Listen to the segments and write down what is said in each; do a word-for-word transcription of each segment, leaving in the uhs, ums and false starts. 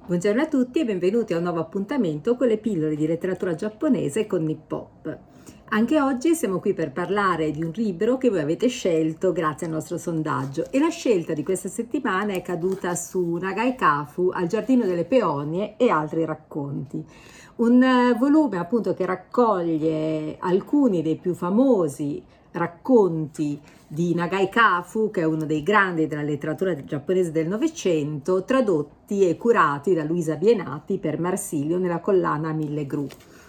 Buongiorno a tutti e benvenuti a un nuovo appuntamento con le pillole di letteratura giapponese con Nippop. Anche oggi siamo qui per parlare di un libro che voi avete scelto grazie al nostro sondaggio e la scelta di questa settimana è caduta su Nagai Kafu, Al giardino delle peonie e altri racconti. Un eh, volume appunto che raccoglie alcuni dei più famosi racconti di Nagai Kafu, che è uno dei grandi della letteratura giapponese del Novecento, tradotti e curati da Luisa Bienati per Marsilio nella collana Mille Gru.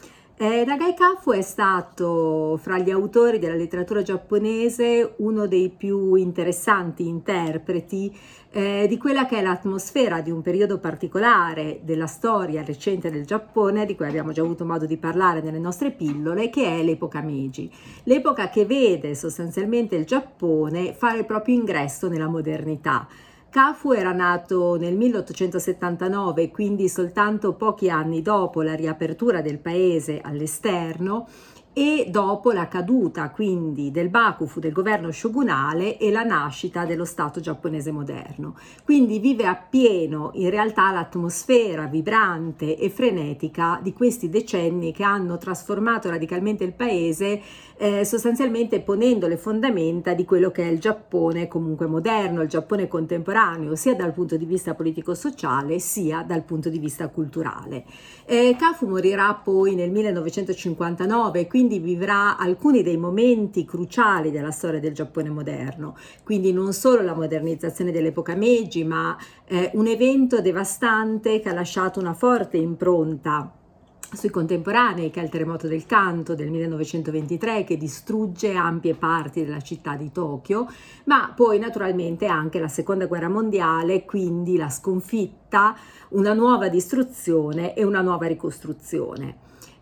Eh, Nagai Kafu è stato fra gli autori della letteratura giapponese uno dei più interessanti interpreti eh, di quella che è l'atmosfera di un periodo particolare della storia recente del Giappone, di cui abbiamo già avuto modo di parlare nelle nostre pillole, che è l'epoca Meiji, l'epoca che vede sostanzialmente il Giappone fare il proprio ingresso nella modernità. Kafu era nato nel milleottocentosettantanove, quindi soltanto pochi anni dopo la riapertura del paese all'esterno e dopo la caduta quindi del Bakufu, del governo shogunale, e la nascita dello Stato giapponese moderno. Quindi vive appieno in realtà l'atmosfera vibrante e frenetica di questi decenni che hanno trasformato radicalmente il paese, eh, sostanzialmente ponendo le fondamenta di quello che è il Giappone comunque moderno, il Giappone contemporaneo, sia dal punto di vista politico-sociale sia dal punto di vista culturale. Eh, Kafu morirà poi nel millenovecentocinquantanove, quindi vivrà alcuni dei momenti cruciali della storia del Giappone moderno, quindi non solo la modernizzazione dell'epoca Meiji, ma eh, un evento devastante che ha lasciato una forte impronta sui contemporanei, che è il terremoto del Kanto del millenovecentoventitré, che distrugge ampie parti della città di Tokyo, ma poi naturalmente anche la seconda guerra mondiale, quindi la sconfitta, una nuova distruzione e una nuova ricostruzione.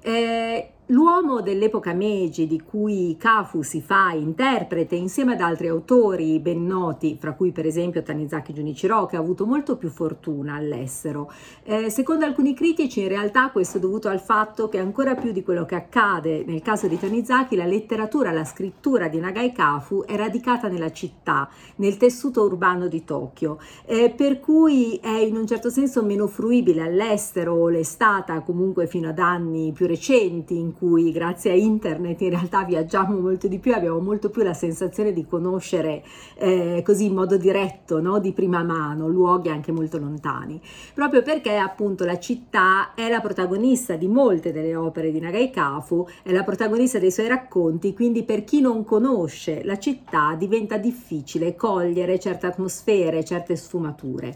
Eh, L'uomo dell'epoca Meiji, di cui Kafu si fa interprete insieme ad altri autori ben noti, fra cui per esempio Tanizaki Junichiro, che ha avuto molto più fortuna all'estero. Eh, secondo alcuni critici in realtà questo è dovuto al fatto che ancora più di quello che accade nel caso di Tanizaki, la letteratura, la scrittura di Nagai Kafu è radicata nella città, nel tessuto urbano di Tokyo, eh, per cui è in un certo senso meno fruibile all'estero, o l'è stata comunque fino ad anni più recenti, in cui grazie a internet in realtà viaggiamo molto di più, abbiamo molto più la sensazione di conoscere eh, così in modo diretto, no? Di prima mano, luoghi anche molto lontani, proprio perché appunto la città è la protagonista di molte delle opere di Nagai Kafu, è la protagonista dei suoi racconti, quindi per chi non conosce la città diventa difficile cogliere certe atmosfere, certe sfumature.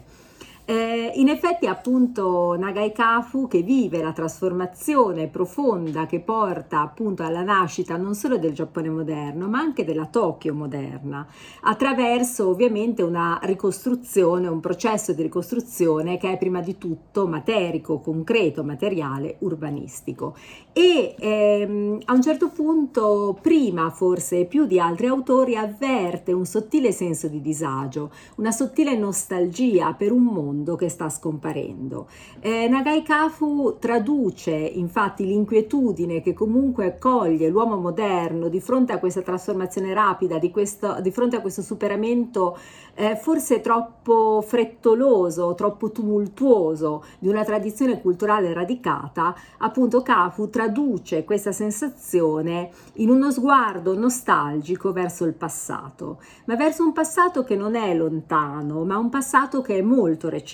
Eh, in effetti appunto Nagai Kafu, che vive la trasformazione profonda che porta appunto alla nascita non solo del Giappone moderno ma anche della Tokyo moderna, attraverso ovviamente una ricostruzione, un processo di ricostruzione che è prima di tutto materico, concreto, materiale, urbanistico, e ehm, a un certo punto, prima forse più di altri autori, avverte un sottile senso di disagio, una sottile nostalgia per un mondo che sta scomparendo. Eh, Nagai Kafu traduce infatti l'inquietudine che comunque coglie l'uomo moderno di fronte a questa trasformazione rapida, di, questo, di fronte a questo superamento eh, forse troppo frettoloso, troppo tumultuoso di una tradizione culturale radicata. Appunto Kafu traduce questa sensazione in uno sguardo nostalgico verso il passato, ma verso un passato che non è lontano, ma un passato che è molto recente.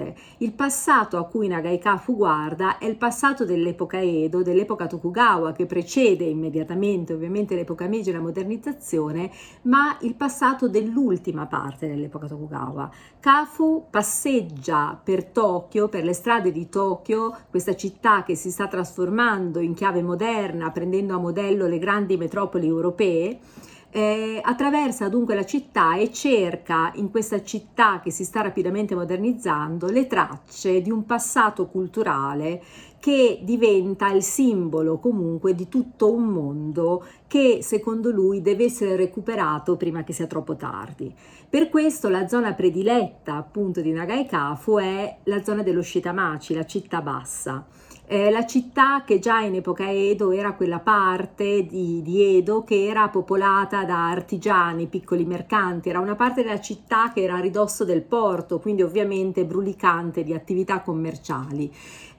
Il passato a cui Nagai Kafu guarda è il passato dell'epoca Edo, dell'epoca Tokugawa, che precede immediatamente ovviamente l'epoca Meiji e la modernizzazione, ma il passato dell'ultima parte dell'epoca Tokugawa. Kafu passeggia per Tokyo, per le strade di Tokyo, questa città che si sta trasformando in chiave moderna, prendendo a modello le grandi metropoli europee. Eh, attraversa dunque la città e cerca in questa città che si sta rapidamente modernizzando le tracce di un passato culturale che diventa il simbolo comunque di tutto un mondo che secondo lui deve essere recuperato prima che sia troppo tardi. Per questo la zona prediletta appunto di Nagai Kafu è la zona dello Shitamachi, la città bassa. Eh, la città che già in epoca Edo era quella parte di, di Edo che era popolata da artigiani, piccoli mercanti, era una parte della città che era a ridosso del porto, quindi ovviamente brulicante di attività commerciali.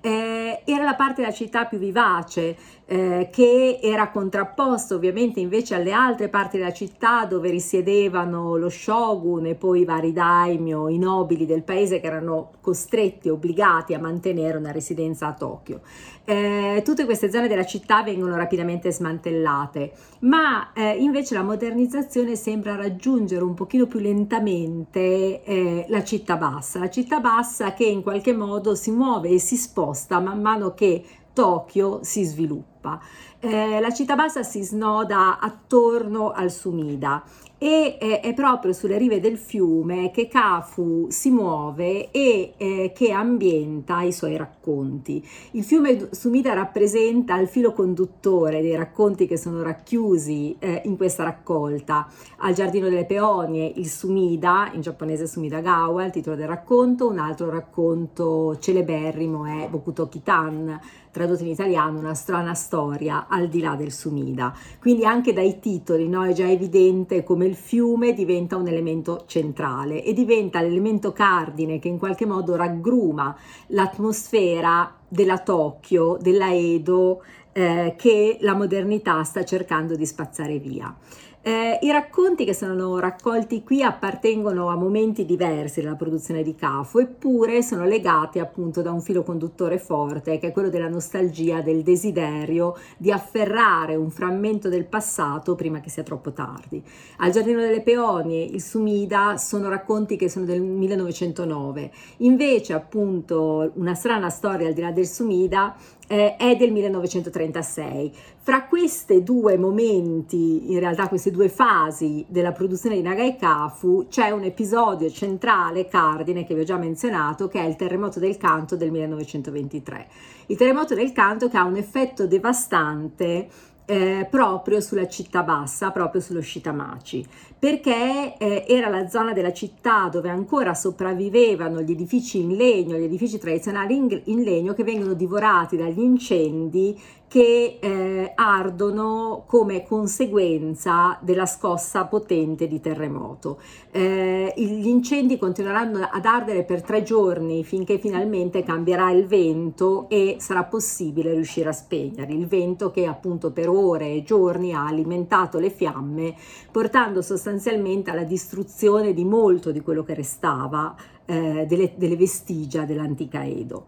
Eh, era la parte della città più vivace, eh, che era contrapposto ovviamente invece alle altre parti della città dove risiedevano lo shogun e poi i vari daimyo, i nobili del paese che erano costretti, obbligati a mantenere una residenza a Tokyo. Eh, tutte queste zone della città vengono rapidamente smantellate, ma eh, invece la modernizzazione sembra raggiungere un pochino più lentamente eh, la città bassa, la città bassa che in qualche modo si muove e si sposta man mano che Tokyo si sviluppa. Eh, la città bassa si snoda attorno al Sumida e eh, è proprio sulle rive del fiume che Kafu si muove e eh, che ambienta i suoi racconti. Il fiume Sumida rappresenta il filo conduttore dei racconti che sono racchiusi eh, in questa raccolta. Al Giardino delle Peonie, il Sumida, in giapponese Sumidagawa, il titolo del racconto. Un altro racconto celeberrimo è Bokuto-Kitan, tradotto in italiano Una strana storia al di là del Sumida. Quindi anche dai titoli, no, è già evidente come il fiume diventa un elemento centrale e diventa l'elemento cardine che in qualche modo raggruma l'atmosfera della Tokyo, della Edo, eh, che la modernità sta cercando di spazzare via. Eh, I racconti che sono raccolti qui appartengono a momenti diversi della produzione di Kafu, eppure sono legati appunto da un filo conduttore forte, che è quello della nostalgia, del desiderio di afferrare un frammento del passato prima che sia troppo tardi. Al Giardino delle Peonie, il Sumida, sono racconti che sono del millenovecentonove, invece appunto Una strana storia al di là del Sumida Eh, è del millenovecentotrentasei. Fra questi due momenti, in realtà queste due fasi della produzione di Nagai Kafu, c'è un episodio centrale, cardine, che vi ho già menzionato, che è il terremoto del Kanto del millenovecentoventitré. Il terremoto del Kanto che ha un effetto devastante Eh, proprio sulla città bassa, proprio sullo Shitamachi, perché eh, era la zona della città dove ancora sopravvivevano gli edifici in legno, gli edifici tradizionali in, in legno che vengono divorati dagli incendi che eh, ardono come conseguenza della scossa potente di terremoto. Eh, gli incendi continueranno ad ardere per tre giorni finché finalmente cambierà il vento e sarà possibile riuscire a spegnerli. Il vento che appunto per ore e giorni ha alimentato le fiamme, portando sostanzialmente alla distruzione di molto di quello che restava eh, delle, delle vestigia dell'antica Edo.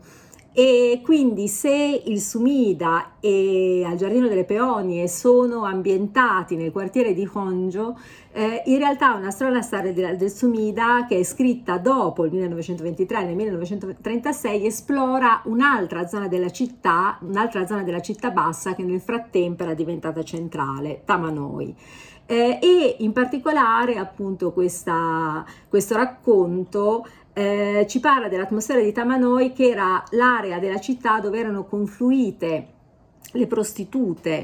E quindi se il Sumida e al Giardino delle Peonie sono ambientati nel quartiere di Honjo, eh, in realtà Una strana storia del Sumida, che è scritta dopo il millenovecentoventitré, nel millenovecentotrentasei, esplora un'altra zona della città, un'altra zona della città bassa che nel frattempo era diventata centrale, Tamanoi. Eh, e in particolare appunto questa, questo racconto Eh, ci parla dell'atmosfera di Tamanoi, che era l'area della città dove erano confluite le prostitute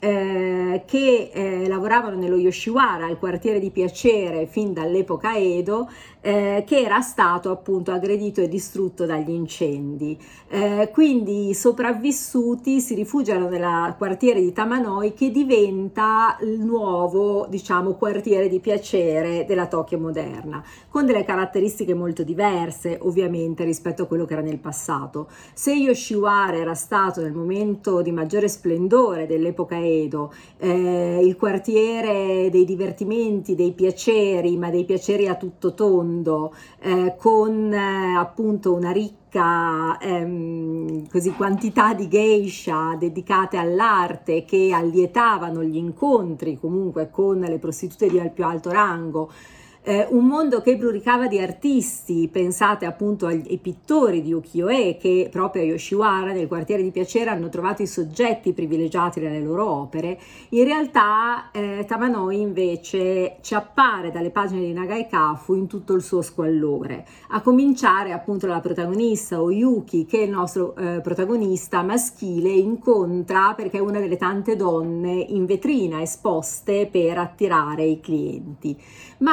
eh, che eh, lavoravano nello Yoshiwara, il quartiere di piacere fin dall'epoca Edo, eh, che era stato appunto aggredito e distrutto dagli incendi. Eh, quindi i sopravvissuti si rifugiano nel quartiere di Tamanoi, che diventa il nuovo, diciamo, quartiere di piacere della Tokyo moderna, con delle caratteristiche molto diverse ovviamente rispetto a quello che era nel passato. Se Yoshiwara era stato nel momento di maggiore splendore dell'epoca Edo eh, il quartiere dei divertimenti, dei piaceri, ma dei piaceri a tutto tondo, eh, con eh, appunto una ricca ehm, così, quantità di geisha dedicate all'arte che allietavano gli incontri comunque con le prostitute di più alto rango. Eh, un mondo che brulicava di artisti, pensate appunto ai, ai pittori di ukiyo-e che proprio a Yoshiwara, nel quartiere di piacere, hanno trovato i soggetti privilegiati dalle loro opere. In realtà eh, Tamanoi invece ci appare dalle pagine di Nagai Kafu in tutto il suo squallore, a cominciare appunto dalla protagonista Oyuki, che il nostro eh, protagonista maschile incontra perché è una delle tante donne in vetrina esposte per attirare i clienti. Ma paradossalmente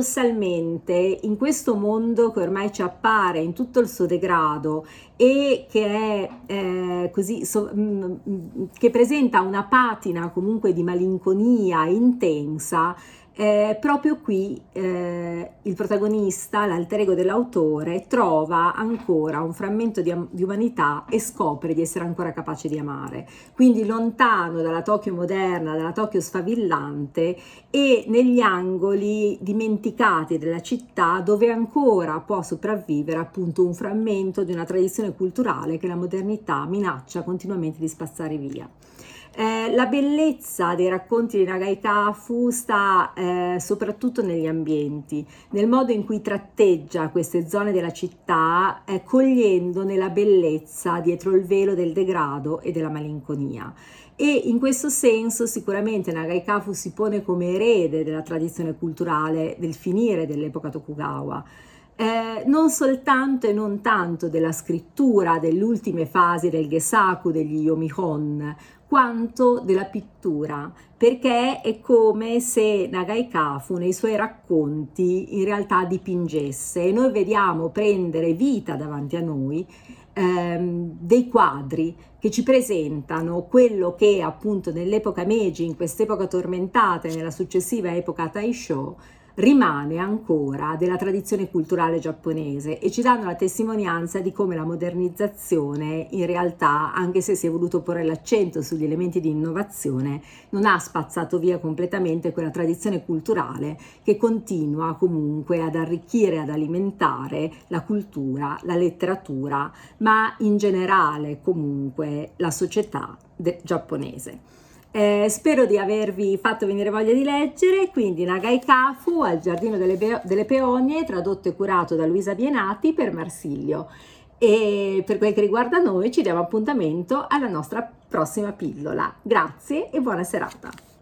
paradossalmente in questo mondo che ormai ci appare in tutto il suo degrado e che è eh, così so, mh, che presenta una patina comunque di malinconia intensa, Eh, proprio qui eh, il protagonista, l'alter ego dell'autore, trova ancora un frammento di, di umanità e scopre di essere ancora capace di amare. Quindi lontano dalla Tokyo moderna, dalla Tokyo sfavillante e negli angoli dimenticati della città dove ancora può sopravvivere appunto un frammento di una tradizione culturale che la modernità minaccia continuamente di spazzare via. Eh, la bellezza dei racconti di Nagai Kafu sta eh, soprattutto negli ambienti, nel modo in cui tratteggia queste zone della città, eh, cogliendone la bellezza dietro il velo del degrado e della malinconia. E in questo senso sicuramente Nagai Kafu si pone come erede della tradizione culturale del finire dell'epoca Tokugawa. Eh, non soltanto e non tanto della scrittura delle ultime fasi del Gesaku, degli Yomihon, quanto della pittura, perché è come se Nagai Kafu nei suoi racconti in realtà dipingesse e noi vediamo prendere vita davanti a noi ehm, dei quadri che ci presentano quello che appunto nell'epoca Meiji, in quest'epoca tormentata e nella successiva epoca Taisho, rimane ancora della tradizione culturale giapponese e ci danno la testimonianza di come la modernizzazione in realtà, anche se si è voluto porre l'accento sugli elementi di innovazione, non ha spazzato via completamente quella tradizione culturale che continua comunque ad arricchire, ad alimentare la cultura, la letteratura, ma in generale comunque la società giapponese. Eh, spero di avervi fatto venire voglia di leggere, quindi Nagai Kafu al Giardino delle, Be- delle Peonie, tradotto e curato da Luisa Bienati per Marsilio. E per quel che riguarda noi ci diamo appuntamento alla nostra prossima pillola. Grazie e buona serata.